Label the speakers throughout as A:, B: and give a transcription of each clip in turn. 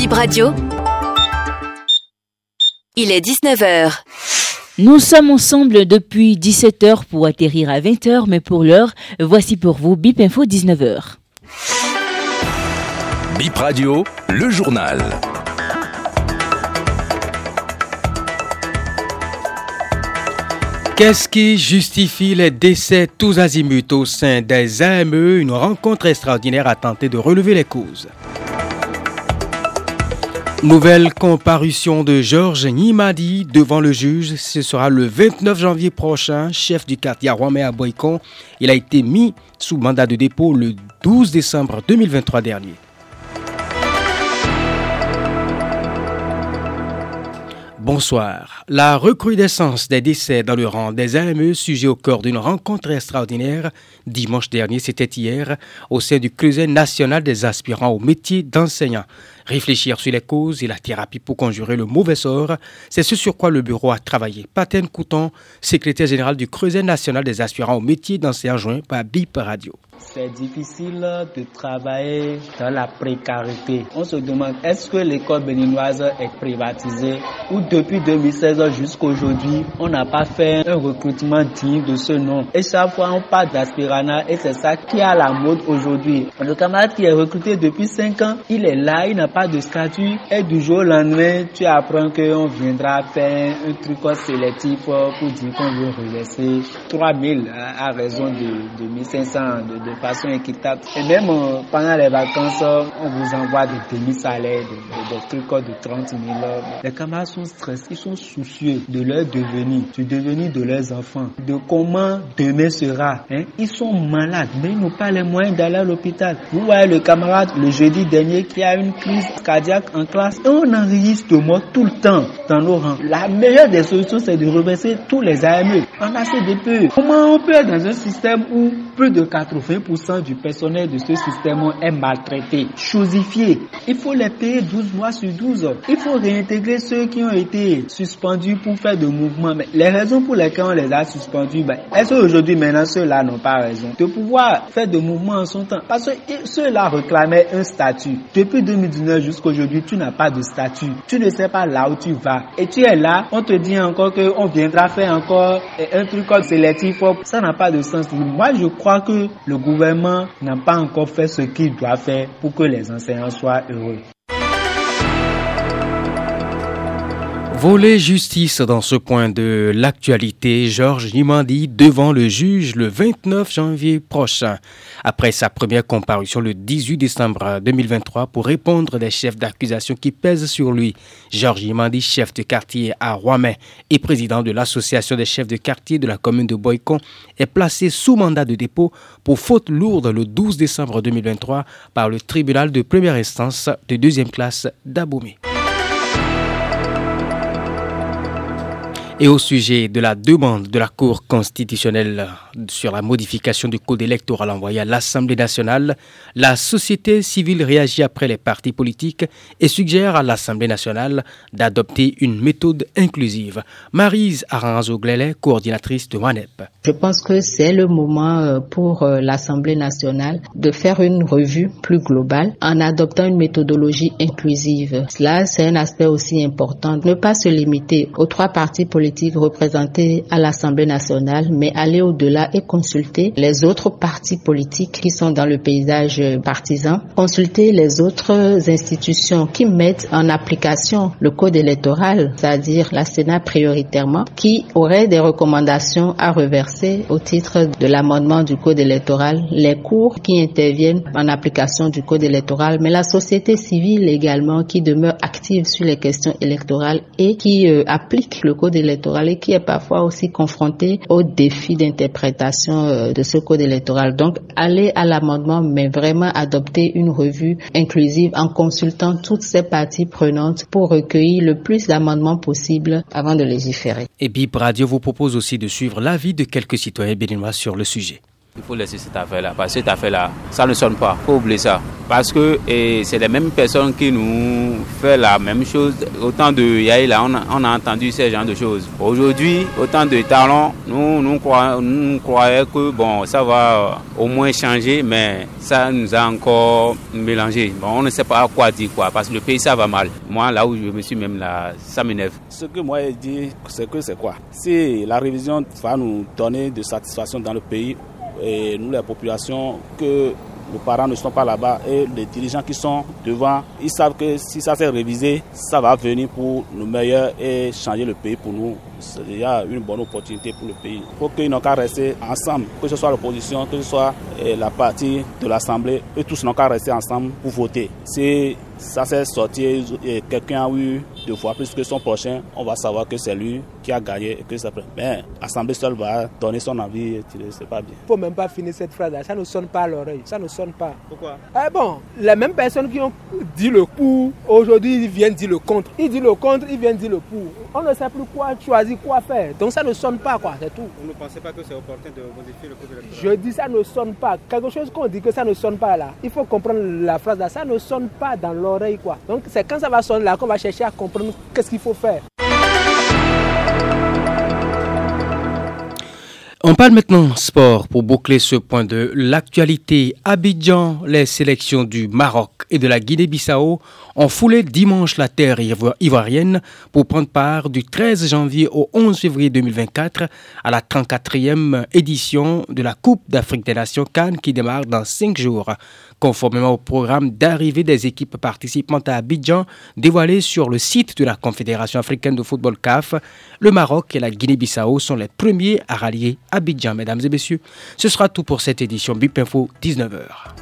A: Bip Radio. Il est 19h.
B: Nous sommes ensemble depuis 17h pour atterrir à 20h, mais pour l'heure, voici pour vous Bip Info 19h.
C: Bip Radio, le journal.
D: Qu'est-ce qui justifie les décès tous azimuts au sein des AME? Une rencontre extraordinaire a tenté de relever les causes. Nouvelle comparution de Georges Nimadi devant le juge. Ce sera le 29 janvier prochain. Chef du quartier à Roimé à Boycon. Il a été mis sous mandat de dépôt le 12 décembre 2023 dernier. Bonsoir. La recrudescence des décès dans le rang des AME, sujet au cœur d'une rencontre extraordinaire, dimanche dernier, c'était hier, au sein du Conseil national des aspirants au métier d'enseignant. Réfléchir sur les causes et la thérapie pour conjurer le mauvais sort, c'est ce sur quoi le bureau a travaillé. Paten Couton, secrétaire général du Conseil national des aspirants au métier d'enseignant, joint par Bip Radio.
E: C'est difficile de travailler dans la précarité. On se demande, est-ce que l'école béninoise est privatisée ou depuis 2016 jusqu'à aujourd'hui, on n'a pas fait un recrutement digne de ce nom. Et chaque fois, on parle d'aspirana et c'est ça qui est à la mode aujourd'hui. Le camarade qui est recruté depuis 5 ans, il est là, il n'a pas de statut et du jour au lendemain, tu apprends qu'on viendra faire un truc sélectif pour dire qu'on veut reverser 3000 à raison de 1500 de façon équitable. Et même pendant les vacances, on vous envoie des demi-salaires, des trucs de 30 000. Les camarades sont stressés, ils sont soucieux de leur devenir, du devenir de leurs enfants, de comment demain sera. Ils sont malades, mais ils n'ont pas les moyens d'aller à l'hôpital. Vous voyez le camarade le jeudi dernier qui a une crise cardiaque en classe et on enregistre de mort tout le temps dans nos rangs. La meilleure des solutions, c'est de reverser tous les AME en ACDP. Comment on peut être dans un système où plus de 80% du personnel de ce système est maltraité, chosifié? Il faut les payer 12 mois sur 12. Il faut réintégrer ceux qui ont été suspendus pour faire de mouvements. Mais les raisons pour lesquelles on les a suspendus, est-ce qu'aujourd'hui, maintenant, ceux-là n'ont pas raison de pouvoir faire de mouvements en son temps? Parce que ceux-là réclamaient un statut. Depuis 2019 jusqu'à aujourd'hui, tu n'as pas de statut. Tu ne sais pas là où tu vas. Et tu es là, on te dit encore qu'on viendra faire encore un truc sélectif. Ça n'a pas de sens. Moi, je crois que le gouvernement n'a pas encore fait ce qu'il doit faire pour que les enseignants soient heureux.
D: Volet justice dans ce point de l'actualité, Georges Nimadi devant le juge le 29 janvier prochain. Après sa première comparution le 18 décembre 2023 pour répondre des chefs d'accusation qui pèsent sur lui, Georges Nimadi, chef de quartier à Roimé et président de l'association des chefs de quartier de la commune de Boycon, est placé sous mandat de dépôt pour faute lourde le 12 décembre 2023 par le tribunal de première instance de deuxième classe d'Abomey. Et au sujet de la demande de la Cour constitutionnelle sur la modification du code électoral envoyé à l'Assemblée nationale, la société civile réagit après les partis politiques et suggère à l'Assemblée nationale d'adopter une méthode inclusive. Maryse Aranzo-Glélé, coordinatrice de MANEP.
F: Je pense que c'est le moment pour l'Assemblée nationale de faire une revue plus globale en adoptant une méthodologie inclusive. Cela, c'est un aspect aussi important. Ne pas se limiter aux 3 partis politiques représentés à l'Assemblée nationale, mais aller au-delà et consulter les autres partis politiques qui sont dans le paysage partisan, consulter les autres institutions qui mettent en application le code électoral, c'est-à-dire la Sénat prioritairement, qui aurait des recommandations à reverser au titre de l'amendement du code électoral, les cours qui interviennent en application du code électoral, mais la société civile également qui demeure active sur les questions électorales et qui applique le code électoral et qui est parfois aussi confronté aux défis d'interprétation de ce code électoral. Donc, aller à l'amendement, mais vraiment adopter une revue inclusive en consultant toutes ces parties prenantes pour recueillir le plus d'amendements possible avant de légiférer.
D: Et Bip Radio vous propose aussi de suivre l'avis de quelques citoyens béninois sur le sujet.
G: Il faut laisser cette affaire-là, parce que cette affaire-là, ça ne sonne pas. Il faut oublier ça. Parce que c'est les mêmes personnes qui nous font la même chose. Autant de Yaïla, on a entendu ce genre de choses. Aujourd'hui, autant de talents, nous croyons que bon, ça va au moins changer, mais ça nous a encore mélangé. Bon, on ne sait pas quoi dire quoi, parce que le pays, ça va mal. Moi, là où je me suis même là, ça m'énerve.
H: Ce que moi, je dis, c'est quoi? Si la révision va nous donner de satisfaction dans le pays, et nous, les populations, que nos parents ne sont pas là-bas et les dirigeants qui sont devant, ils savent que si ça s'est révisé, ça va venir pour le meilleur et changer le pays pour nous. C'est déjà une bonne opportunité pour le pays. Il faut qu'ils n'ont qu'à rester ensemble, que ce soit l'opposition, que ce soit la partie de l'Assemblée, eux tous n'ont qu'à rester ensemble pour voter. Si ça s'est sorti et quelqu'un a eu 2 fois plus que son prochain, on va savoir que c'est lui qui a gagné et que c'est vrai. Mais l'Assemblée seule va donner son avis, c'est pas bien.
I: Il ne faut même pas finir cette phrase-là, ça ne sonne pas à l'oreille, ça ne sonne pas.
H: Pourquoi?
I: Bon, les mêmes personnes qui ont dit le pour, aujourd'hui ils viennent dire le contre. Ils disent le contre, ils viennent dire le pour. On ne sait plus quoi choisir, quoi faire. Donc ça ne sonne pas, quoi, c'est tout.
H: Vous ne pensez pas que c'est opportun de modifier le code électoral?
I: Je dis ça ne sonne pas. Quelque chose qu'on dit que ça ne sonne pas là. Il faut comprendre la phrase là, ça ne sonne pas dans l'oreille, quoi. Donc c'est quand ça va sonner là qu'on va chercher à comprendre qu'est-ce qu'il faut faire.
D: On parle maintenant sport pour boucler ce point de l'actualité. Abidjan, les sélections du Maroc et de la Guinée-Bissau ont foulé dimanche la terre ivoirienne pour prendre part du 13 janvier au 11 février 2024 à la 34e édition de la Coupe d'Afrique des Nations CAN qui démarre dans 5 jours. Conformément au programme d'arrivée des équipes participantes à Abidjan dévoilé sur le site de la Confédération africaine de football CAF, le Maroc et la Guinée-Bissau sont les premiers à rallier Abidjan. Mesdames et messieurs, ce sera tout pour cette édition BIP Info 19h.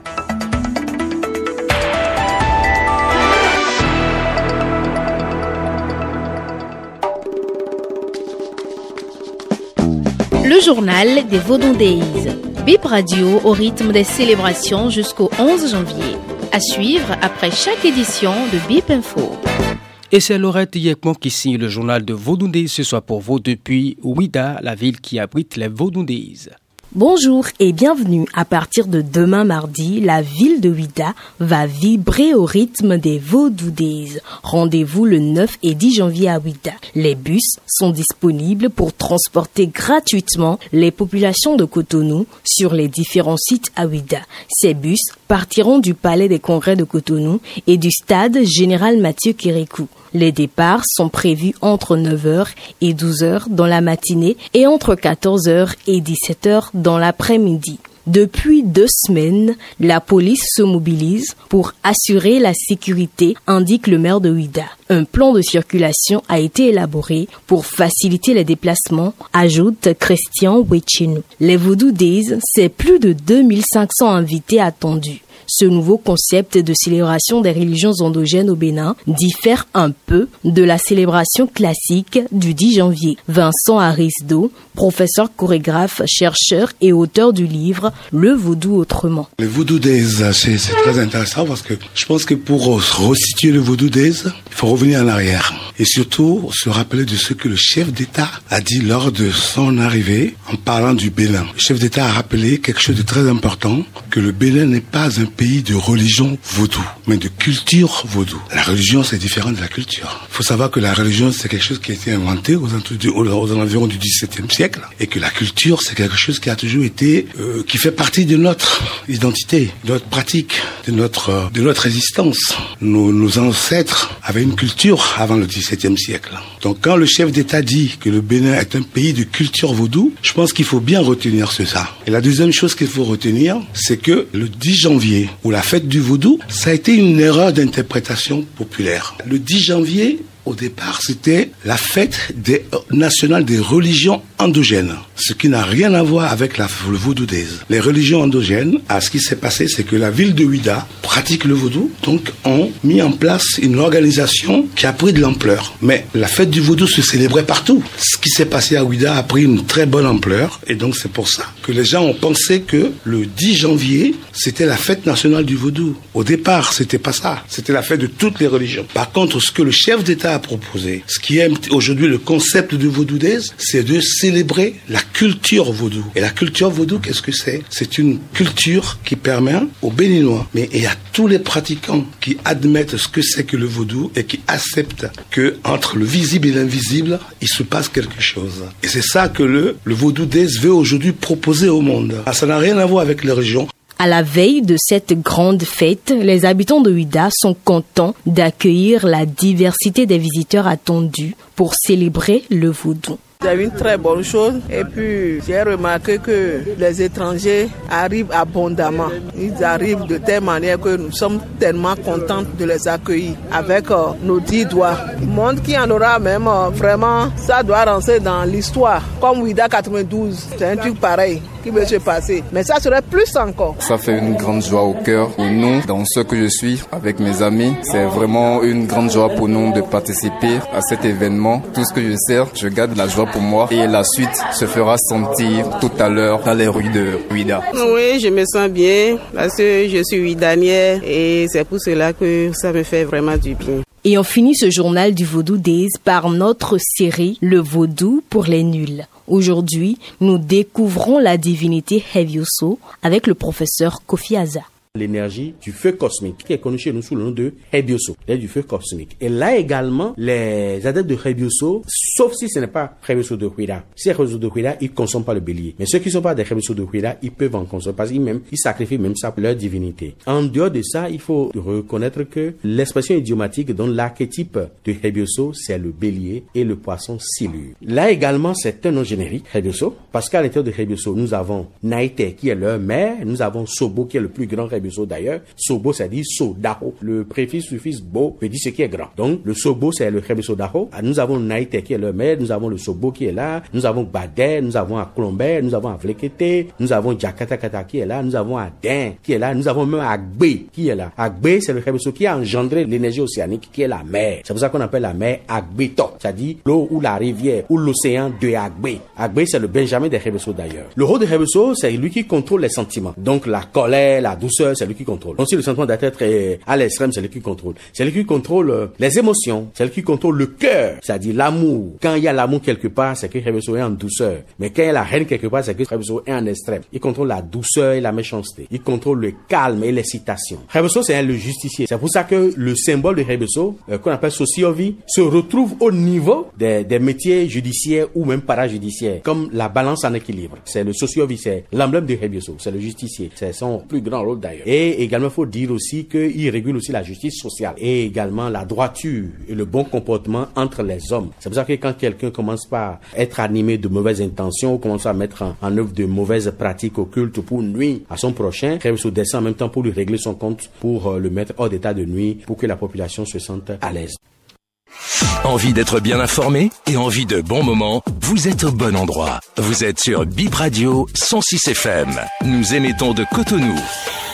J: Le journal des Vodou Days. BIP Radio au rythme des célébrations jusqu'au 11 janvier. À suivre après chaque édition de BIP Info.
D: Et c'est Laurette Yekmon qui signe le journal de Vodou Days ce soir pour vous depuis Ouida, la ville qui abrite les Vodou Days.
K: Bonjour et bienvenue. À partir de demain mardi, la ville de Ouida va vibrer au rythme des Vodou Days. Rendez-vous le 9 et 10 janvier à Ouida. Les bus sont disponibles pour transporter gratuitement les populations de Cotonou sur les différents sites à Ouida. Ces bus partiront du Palais des Congrès de Cotonou et du stade Général Mathieu Kérékou. Les départs sont prévus entre 9h et 12h dans la matinée et entre 14h et 17h dans l'après-midi. Depuis 2 semaines, la police se mobilise pour assurer la sécurité, indique le maire de Ouida. Un plan de circulation a été élaboré pour faciliter les déplacements, ajoute Christian Wechenu. Les Vodou Days, c'est plus de 2500 invités attendus. Ce nouveau concept de célébration des religions endogènes au Bénin diffère un peu de la célébration classique du 10 janvier. Vincent Arisdo, professeur chorégraphe, chercheur et auteur du livre Le Vaudou autrement.
L: Le Vodou Days, c'est très intéressant parce que je pense que pour resituer le Vodou Days, il faut revenir en arrière et surtout se rappeler de ce que le chef d'État a dit lors de son arrivée en parlant du Bénin. Le chef d'État a rappelé quelque chose de très important, que le Bénin n'est pas un pays de religion vaudou, mais de culture vaudou. La religion, c'est différent de la culture. Il faut savoir que la religion, c'est quelque chose qui a été inventé aux environs du XVIIe siècle, et que la culture, c'est quelque chose qui a toujours été, qui fait partie de notre identité, de notre pratique, de notre existence. Nos ancêtres avaient une culture avant le XVIIe siècle. Donc, quand le chef d'État dit que le Bénin est un pays de culture vaudou, je pense qu'il faut bien retenir ça. Et la deuxième chose qu'il faut retenir, c'est que le 10 janvier, ou la fête du vaudou, ça a été une erreur d'interprétation populaire. Le 10 janvier, au départ, c'était la fête nationale des religions endogènes, ce qui n'a rien à voir avec le Vodou Days. Les religions endogènes, ce qui s'est passé, c'est que la ville de Ouida pratique le vaudou, donc ont mis en place une organisation qui a pris de l'ampleur. Mais la fête du vaudou se célébrait partout. Ce qui s'est passé à Ouida a pris une très bonne ampleur, et donc c'est pour ça que les gens ont pensé que le 10 janvier, c'était la fête nationale du vaudou. Au départ, c'était pas ça. C'était la fête de toutes les religions. Par contre, ce que le chef d'État a proposé, ce qui est aujourd'hui le concept de Vodou Days, c'est de célébrer célébrer la culture vaudou. Et la culture vaudou, qu'est-ce que c'est? C'est une culture qui permet aux Béninois, mais et à tous les pratiquants qui admettent ce que c'est que le vaudou et qui acceptent que entre le visible et l'invisible, il se passe quelque chose. Et c'est ça que le Vaudou Days veut aujourd'hui proposer au monde. Ça n'a rien à voir avec les régions.
K: À la veille de cette grande fête, les habitants de Ouidah sont contents d'accueillir la diversité des visiteurs attendus pour célébrer le vaudou.
M: C'est une très bonne chose et puis j'ai remarqué que les étrangers arrivent abondamment. Ils arrivent de telle manière que nous sommes tellement contents de les accueillir avec nos 10 doigts. Le monde qui en aura même vraiment, ça doit rentrer dans l'histoire. Comme Ouidah 92, c'est un truc pareil qui veut se passer. Mais ça serait plus encore.
N: Ça fait une grande joie au cœur pour nous, dans ce que je suis avec mes amis. C'est vraiment une grande joie pour nous de participer à cet événement. Tout ce que je sais, je garde la joie pour moi et la suite se fera sentir tout à l'heure dans les rues de Ouidah.
O: Oui, je me sens bien parce que je suis ouidanière et c'est pour cela que ça me fait vraiment du bien.
K: Et on finit ce journal du Vaudou Days par notre série Le Vaudou pour les nuls. Aujourd'hui, nous découvrons la divinité Hevioso avec le professeur Kofi Aza.
P: L'énergie du feu cosmique qui est connue chez nous sous le nom de Hevioso, du feu cosmique. Et là également, les adeptes de Hevioso, sauf si ce n'est pas Hevioso de Ouidah. Si c'est Hevioso de Ouidah, ils ne consomment pas le bélier. Mais ceux qui ne sont pas des Hevioso de Ouidah, ils peuvent en consommer parce qu'ils sacrifient même ça pour leur divinité. En dehors de ça, il faut reconnaître que l'expression idiomatique dont l'archétype de Hevioso, c'est le bélier et le poisson silure. Là également, c'est un nom générique, Hevioso, parce qu'à l'intérieur de Hevioso, nous avons Naïté qui est leur mère, nous avons Sobo qui est le plus grand Hevioso d'ailleurs. Sobo, ça dit Sodaho. Le préfixe suffixe bo veut dire ce qui est grand. Donc, le Sobo, c'est le Hevioso Daho. Nous avons Naïté qui est leur mère, nous avons le Sobo qui est là, nous avons Badé, nous avons Aklombe, nous avons Avlekete, nous avons Djakatakata qui est là, nous avons Adin qui est là, nous avons même Agbe qui est là. Agbe, c'est le Hevioso qui a engendré l'énergie océanique qui est la mer. C'est pour ça qu'on appelle la mer Agbeto. C'est-à-dire l'eau ou la rivière ou l'océan de Agbe. Agbe, c'est le Benjamin des Hevioso d'ailleurs. Le rôle de Hevioso, c'est lui qui contrôle les sentiments. Donc, la colère, la douceur, c'est lui qui contrôle. Donc si le sentiment d'être à l'extrême, c'est lui qui contrôle. C'est lui qui contrôle les émotions, c'est lui qui contrôle le cœur, c'est-à-dire l'amour. Quand il y a l'amour quelque part, c'est que Hevioso est en douceur. Mais quand il y a la haine quelque part, c'est que Hevioso est en extrême. Il contrôle la douceur et la méchanceté. Il contrôle le calme et l'excitation. Hevioso, c'est le justicier. C'est pour ça que le symbole de Hevioso, qu'on appelle Sociovi, se retrouve au niveau des métiers judiciaires ou même parajudiciaires, comme la balance en équilibre. C'est le Sociovi, c'est l'emblème de Hevioso, c'est le justicier. C'est son plus grand rôle d'ailleurs. Et également, il faut dire aussi qu'il régule aussi la justice sociale et également la droiture et le bon comportement entre les hommes. C'est pour ça que quand quelqu'un commence par être animé de mauvaises intentions ou commence à mettre en œuvre de mauvaises pratiques occultes pour nuire à son prochain, Hevioso descend en même temps pour lui régler son compte, pour le mettre hors d'état de nuit, pour que la population se sente à l'aise.
C: Envie d'être bien informé et envie de bons moments, vous êtes au bon endroit. Vous êtes sur Bip Radio 106 FM. Nous émettons de Cotonou.